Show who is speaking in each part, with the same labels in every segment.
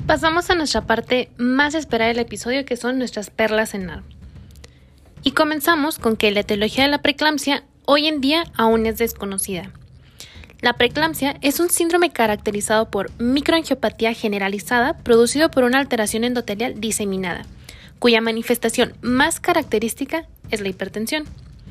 Speaker 1: Pasamos a nuestra parte más esperada del episodio, que son nuestras perlas en nado. Y comenzamos con que la etiología de la preeclampsia hoy en día aún es desconocida. La preeclampsia es un síndrome caracterizado por microangiopatía generalizada producido por una alteración endotelial diseminada, cuya manifestación más característica es la hipertensión.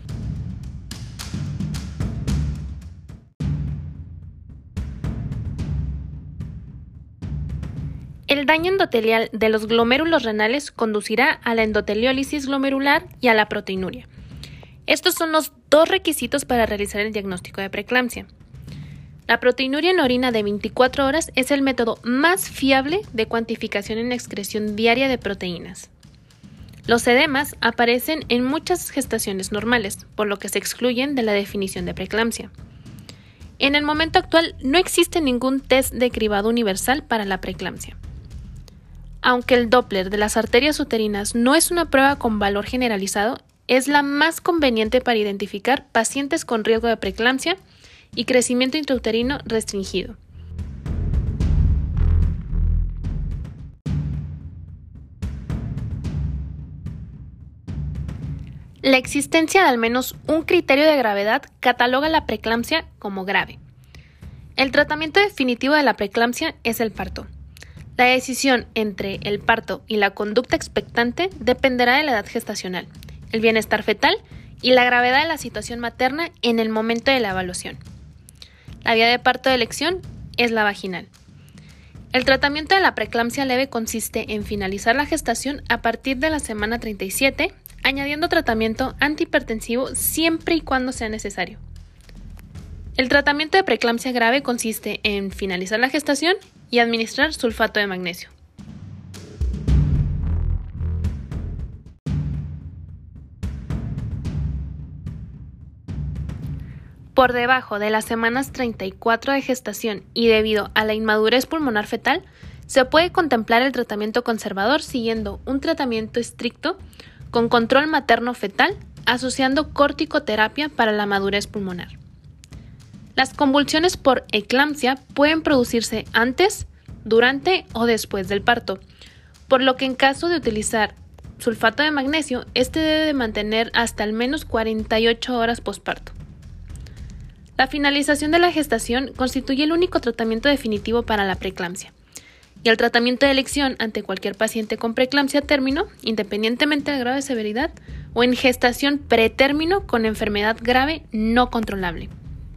Speaker 1: El daño endotelial de los glomérulos renales conducirá a la endoteliólisis glomerular y a la proteinuria. Estos son los dos requisitos para realizar el diagnóstico de preeclampsia. La proteinuria en orina de 24 horas es el método más fiable de cuantificación en la excreción diaria de proteínas. Los edemas aparecen en muchas gestaciones normales, por lo que se excluyen de la definición de preeclampsia. En el momento actual no existe ningún test de cribado universal para la preeclampsia. Aunque el Doppler de las arterias uterinas no es una prueba con valor generalizado, es la más conveniente para identificar pacientes con riesgo de preeclampsia y crecimiento intrauterino restringido. La existencia de al menos un criterio de gravedad cataloga la preeclampsia como grave. El tratamiento definitivo de la preeclampsia es el parto. La decisión entre el parto y la conducta expectante dependerá de la edad gestacional, el bienestar fetal y la gravedad de la situación materna en el momento de la evaluación. La vía de parto de elección es la vaginal. El tratamiento de la preeclampsia leve consiste en finalizar la gestación a partir de la semana 37, añadiendo tratamiento antihipertensivo siempre y cuando sea necesario. El tratamiento de preeclampsia grave consiste en finalizar la gestación y administrar sulfato de magnesio. Por debajo de las semanas 34 de gestación y debido a la inmadurez pulmonar fetal, se puede contemplar el tratamiento conservador siguiendo un tratamiento estricto con control materno-fetal, asociando corticoterapia para la madurez pulmonar. Las convulsiones por eclampsia pueden producirse antes, durante o después del parto, por lo que en caso de utilizar sulfato de magnesio, este debe de mantener hasta al menos 48 horas posparto. La finalización de la gestación constituye el único tratamiento definitivo para la preeclampsia, y el tratamiento de elección ante cualquier paciente con preeclampsia término, independientemente del grado de severidad, o en gestación pretérmino con enfermedad grave no controlable.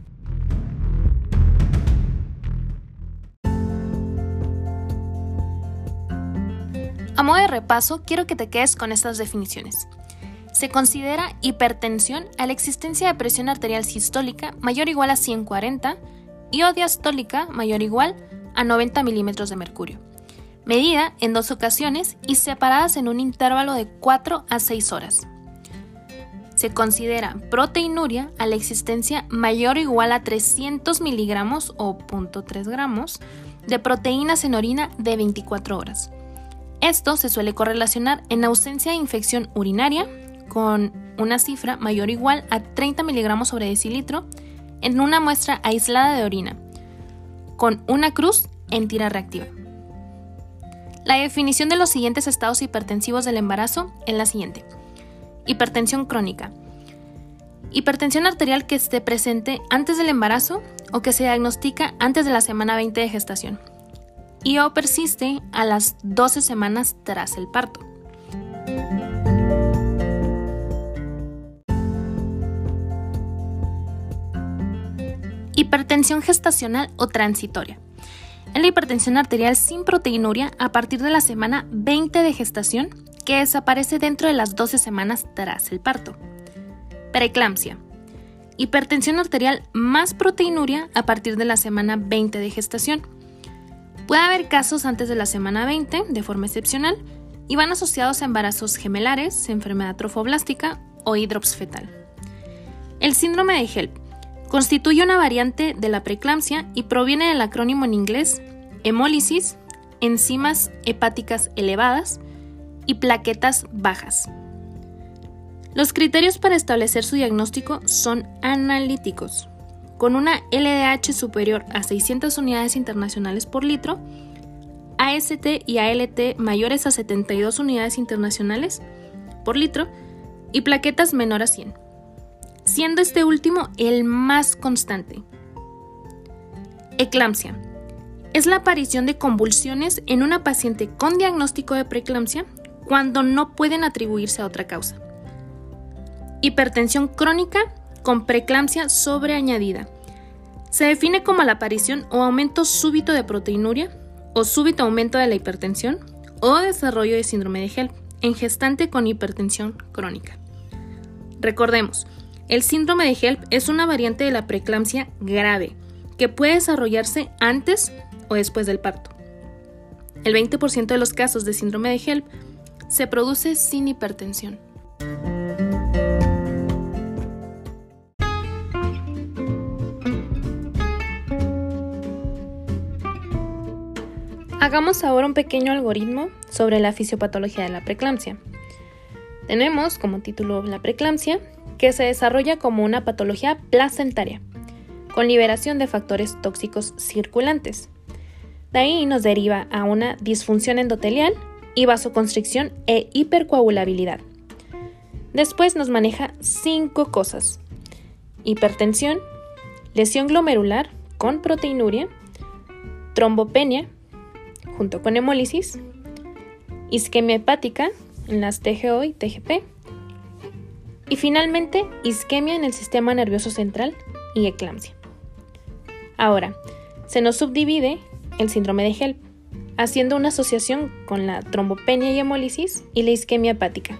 Speaker 1: A modo de repaso, quiero que te quedes con estas definiciones. Se considera hipertensión a la existencia de presión arterial sistólica mayor o igual a 140 y o diastólica mayor o igual a 90 milímetros de mercurio, medida en 2 ocasiones y separadas en un intervalo de 4 a 6 horas. Se considera proteinuria a la existencia mayor o igual a 300 miligramos o 0.3 gramos de proteínas en orina de 24 horas. Esto se suele correlacionar en ausencia de infección urinaria con una cifra mayor o igual a 30 miligramos sobre decilitro en una muestra aislada de orina, con una cruz en tira reactiva. La definición de los siguientes estados hipertensivos del embarazo es la siguiente. Hipertensión crónica. Hipertensión arterial que esté presente antes del embarazo o que se diagnostica antes de la semana 20 de gestación y o persiste a las 12 semanas tras el parto. Hipertensión gestacional o transitoria. Es la hipertensión arterial sin proteinuria a partir de la semana 20 de gestación que desaparece dentro de las 12 semanas tras el parto. Preeclampsia. Hipertensión arterial más proteinuria a partir de la semana 20 de gestación. Puede haber casos antes de la semana 20 de forma excepcional y van asociados a embarazos gemelares, enfermedad trofoblástica o hidrops fetal. El síndrome de HELLP constituye una variante de la preeclampsia y proviene del acrónimo en inglés hemólisis, enzimas hepáticas elevadas y plaquetas bajas. Los criterios para establecer su diagnóstico son analíticos, con una LDH superior a 600 unidades internacionales por litro, AST y ALT mayores a 72 unidades internacionales por litro y plaquetas menor a 100, siendo este último el más constante. Eclampsia. Es la aparición de convulsiones en una paciente con diagnóstico de preeclampsia cuando no pueden atribuirse a otra causa. Hipertensión crónica con preeclampsia sobreañadida. Se define como la aparición o aumento súbito de proteinuria o súbito aumento de la hipertensión o desarrollo de síndrome de HELLP en gestante con hipertensión crónica. Recordemos, el síndrome de HELLP es una variante de la preeclampsia grave que puede desarrollarse antes o después del parto. El 20% de los casos de síndrome de HELLP se produce sin hipertensión. Hagamos ahora un pequeño algoritmo sobre la fisiopatología de la preeclampsia. Tenemos como título la preeclampsia, que se desarrolla como una patología placentaria, con liberación de factores tóxicos circulantes. De ahí nos deriva a una disfunción endotelial y vasoconstricción e hipercoagulabilidad. Después nos maneja 5 cosas: hipertensión, lesión glomerular con proteinuria, trombopenia, junto con hemólisis, isquemia hepática en las TGO y TGP, y finalmente isquemia en el sistema nervioso central y eclampsia. Ahora, se nos subdivide el síndrome de HELLP, haciendo una asociación con la trombopenia y hemólisis y la isquemia hepática.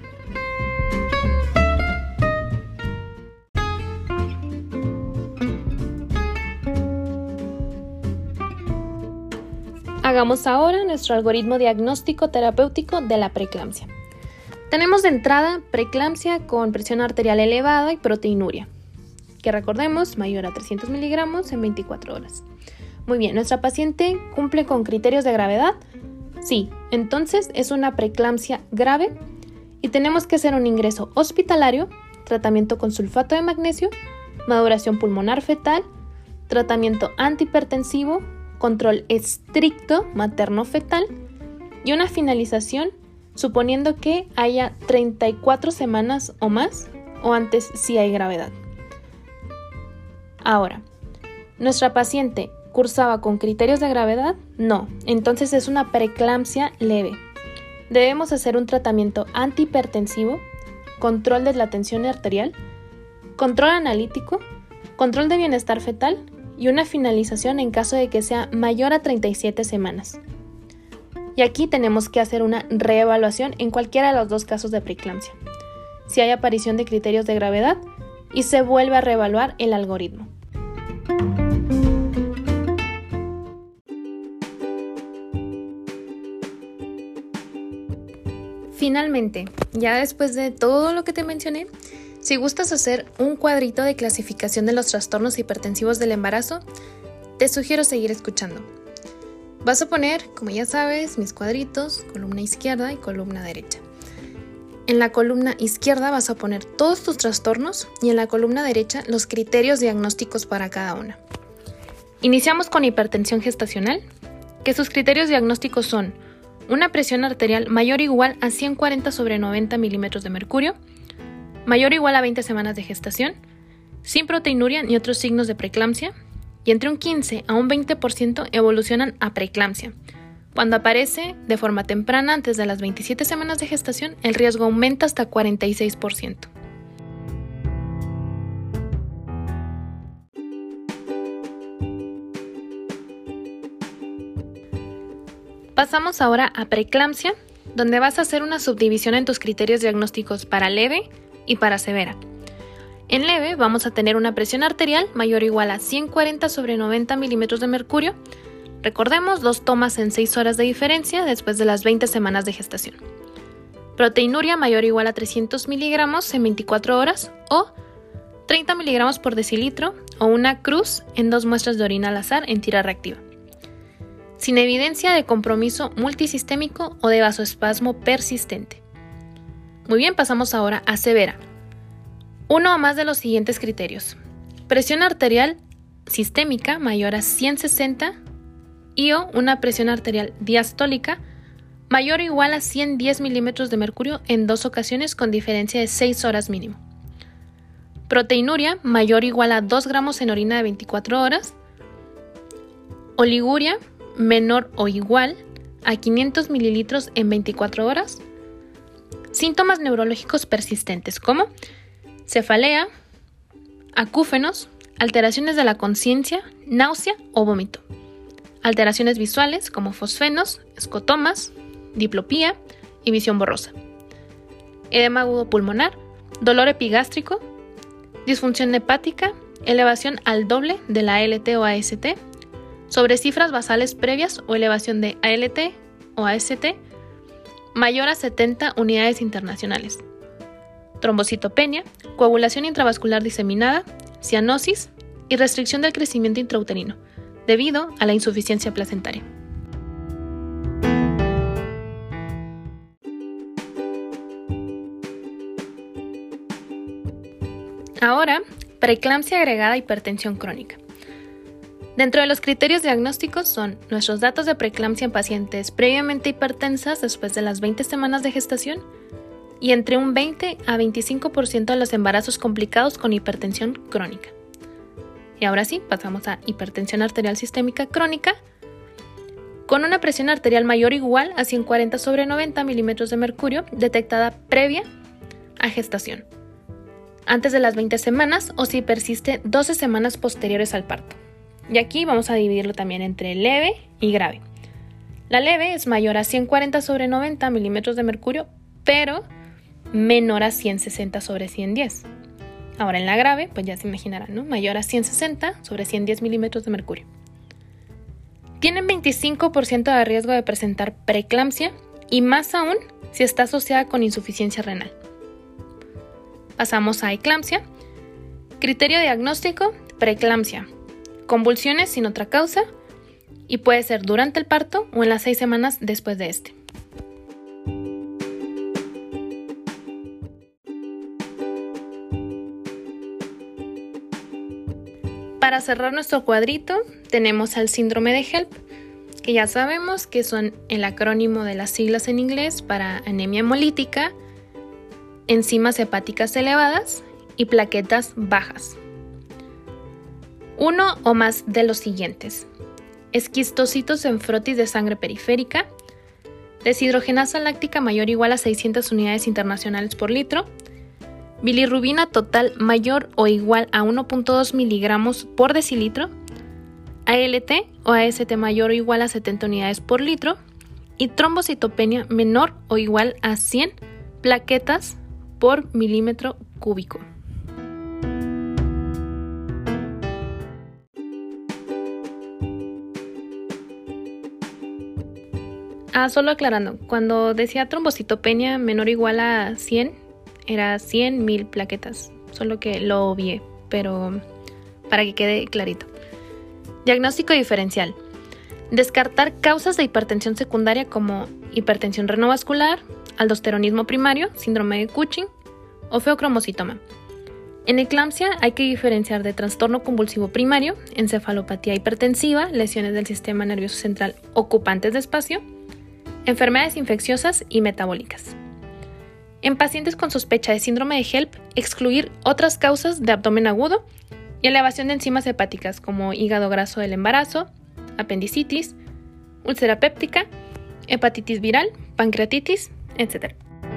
Speaker 1: Hagamos ahora nuestro algoritmo diagnóstico terapéutico de la preeclampsia. Tenemos de entrada preeclampsia con presión arterial elevada y proteinuria, que recordemos mayor a 300 miligramos en 24 horas. Muy bien, ¿nuestra paciente cumple con criterios de gravedad? Sí, entonces es una preeclampsia grave y tenemos que hacer un ingreso hospitalario, tratamiento con sulfato de magnesio, maduración pulmonar fetal, tratamiento antihipertensivo, control estricto materno-fetal y una finalización suponiendo que haya 34 semanas o más o antes si hay gravedad. Ahora, ¿nuestra paciente cursaba con criterios de gravedad? No, entonces es una preeclampsia leve. Debemos hacer un tratamiento antihipertensivo, control de la tensión arterial, control analítico, control de bienestar fetal y una finalización en caso de que sea mayor a 37 semanas. Y aquí tenemos que hacer una reevaluación en cualquiera de los dos casos de preeclampsia, si hay aparición de criterios de gravedad, y se vuelve a reevaluar el algoritmo. Finalmente, ya después de todo lo que te mencioné, si gustas hacer un cuadrito de clasificación de los trastornos hipertensivos del embarazo, te sugiero seguir escuchando. Vas a poner, como ya sabes, mis cuadritos, columna izquierda y columna derecha. En la columna izquierda vas a poner todos tus trastornos y en la columna derecha los criterios diagnósticos para cada una. Iniciamos con hipertensión gestacional, que sus criterios diagnósticos son una presión arterial mayor o igual a 140/90 milímetros de mercurio, mayor o igual a 20 semanas de gestación, sin proteinuria ni otros signos de preeclampsia, y entre un 15 a un 20% evolucionan a preeclampsia. Cuando aparece de forma temprana antes de las 27 semanas de gestación, el riesgo aumenta hasta 46%. Pasamos ahora a preeclampsia, donde vas a hacer una subdivisión en tus criterios diagnósticos para leve y para severa. En leve vamos a tener una presión arterial mayor o igual a 140/90 milímetros de mercurio. Recordemos, 2 tomas en 6 horas de diferencia después de las 20 semanas de gestación. Proteinuria mayor o igual a 300 miligramos en 24 horas o 30 miligramos por decilitro o una cruz en 2 muestras de orina al azar en tira reactiva. Sin evidencia de compromiso multisistémico o de vasoespasmo persistente. Muy bien, pasamos ahora a severa. Uno o más de los siguientes criterios. Presión arterial sistémica mayor a 160 y o una presión arterial diastólica mayor o igual a 110 milímetros de mercurio en 2 ocasiones con diferencia de 6 horas mínimo. Proteinuria mayor o igual a 2 gramos en orina de 24 horas. Oliguria menor o igual a 500 mililitros en 24 horas. Síntomas neurológicos persistentes como cefalea, acúfenos, alteraciones de la conciencia, náusea o vómito. Alteraciones visuales como fosfenos, escotomas, diplopía y visión borrosa. Edema agudo pulmonar, dolor epigástrico, disfunción hepática, elevación al doble de la ALT o AST, sobre cifras basales previas o elevación de ALT o AST mayor a 70 unidades internacionales. Trombocitopenia, coagulación intravascular diseminada, cianosis y restricción del crecimiento intrauterino, debido a la insuficiencia placentaria. Ahora, preeclampsia agregada a hipertensión crónica. Dentro de los criterios diagnósticos son nuestros datos de preeclampsia en pacientes previamente hipertensas después de las 20 semanas de gestación y entre un 20 a 25% de los embarazos complicados con hipertensión crónica. Y ahora sí, pasamos a hipertensión arterial sistémica crónica con una presión arterial mayor o igual a 140/90 milímetros de mercurio detectada previa a gestación, antes de las 20 semanas o si persiste 12 semanas posteriores al parto. Y aquí vamos a dividirlo también entre leve y grave. La leve es mayor a 140/90 milímetros de mercurio, pero menor a 160/110. Ahora en la grave, pues ya se imaginarán, ¿no? Mayor a 160/110 milímetros de mercurio. Tienen 25% de riesgo de presentar preeclampsia y más aún si está asociada con insuficiencia renal. Pasamos a eclampsia. Criterio diagnóstico, preeclampsia. Convulsiones sin otra causa y puede ser durante el parto o en las 6 semanas después de este. Para cerrar nuestro cuadrito tenemos al síndrome de HELP, que ya sabemos que son el acrónimo de las siglas en inglés para anemia hemolítica, enzimas hepáticas elevadas y plaquetas bajas. Uno o más de los siguientes: esquistocitos en frotis de sangre periférica, deshidrogenasa láctica mayor o igual a 600 unidades internacionales por litro, bilirrubina total mayor o igual a 1.2 miligramos por decilitro, ALT o AST mayor o igual a 70 unidades por litro y trombocitopenia menor o igual a 100 plaquetas por milímetro cúbico. Solo aclarando, cuando decía trombocitopenia menor o igual a 100, era 100.000 plaquetas, solo que lo obvié, pero para que quede clarito. Diagnóstico diferencial. Descartar causas de hipertensión secundaria como hipertensión renovascular, aldosteronismo primario, síndrome de Cushing o feocromocitoma. En eclampsia hay que diferenciar de trastorno convulsivo primario, encefalopatía hipertensiva, lesiones del sistema nervioso central ocupantes de espacio, enfermedades infecciosas y metabólicas. En pacientes con sospecha de síndrome de HELP, excluir otras causas de abdomen agudo y elevación de enzimas hepáticas como hígado graso del embarazo, apendicitis, úlcera péptica, hepatitis viral, pancreatitis, etc.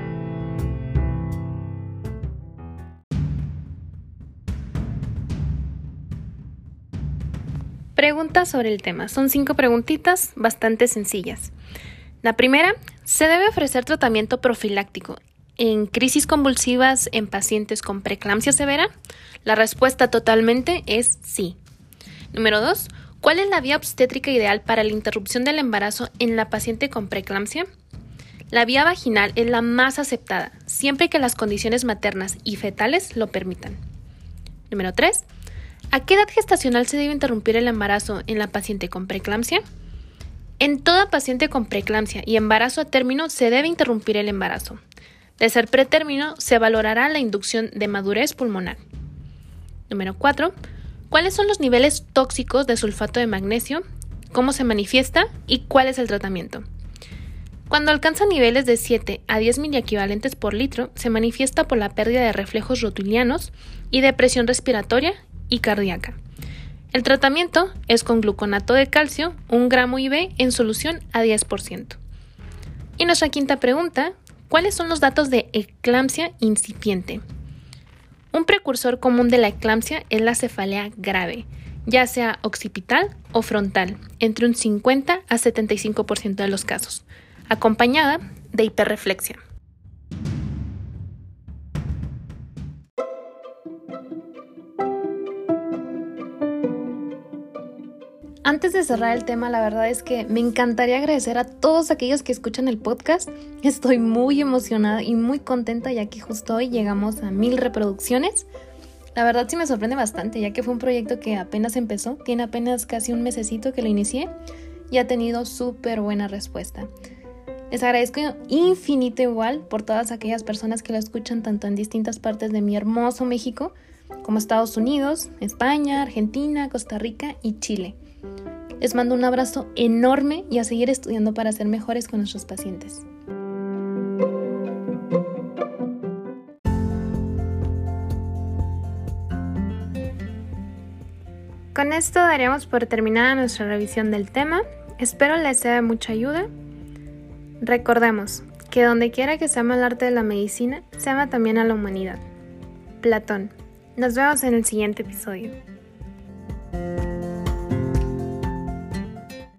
Speaker 1: Preguntas sobre el tema. Son 5 preguntitas bastante sencillas. La primera, ¿se debe ofrecer tratamiento profiláctico en crisis convulsivas en pacientes con preeclampsia severa? La respuesta totalmente es sí. Número 2, ¿cuál es la vía obstétrica ideal para la interrupción del embarazo en la paciente con preeclampsia? La vía vaginal es la más aceptada, siempre que las condiciones maternas y fetales lo permitan. Número 3, ¿a qué edad gestacional se debe interrumpir el embarazo en la paciente con preeclampsia? En toda paciente con preeclampsia y embarazo a término se debe interrumpir el embarazo. De ser pretérmino, se valorará la inducción de madurez pulmonar. Número 4. ¿Cuáles son los niveles tóxicos de sulfato de magnesio cómo se manifiesta y cuál es el tratamiento. Cuando alcanza niveles de 7 a 10 miliequivalentes por litro, se manifiesta por la pérdida de reflejos rotulianos y de presión respiratoria y cardíaca. El tratamiento es con gluconato de calcio, 1 gramo IV en solución a 10%. Y nuestra quinta pregunta, ¿cuáles son los datos de eclampsia incipiente? Un precursor común de la eclampsia es la cefalea grave, ya sea occipital o frontal, entre un 50 a 75% de los casos, acompañada de hiperreflexia. Antes de cerrar el tema, la verdad es que me encantaría agradecer a todos aquellos que escuchan el podcast. Estoy muy emocionada y muy contenta ya que justo hoy llegamos a 1000 reproducciones. La verdad sí me sorprende bastante, ya que fue un proyecto que apenas empezó, tiene apenas casi un mesecito que lo inicié y ha tenido súper buena respuesta. Les agradezco infinito igual por todas aquellas personas que lo escuchan tanto en distintas partes de mi hermoso México, como Estados Unidos, España, Argentina, Costa Rica y Chile. Les mando un abrazo enorme y a seguir estudiando para ser mejores con nuestros pacientes. Con esto daríamos por terminada nuestra revisión del tema. Espero les sea de mucha ayuda. Recordemos que donde quiera que se ama el arte de la medicina, se ama también a la humanidad. Platón. Nos vemos en el siguiente episodio.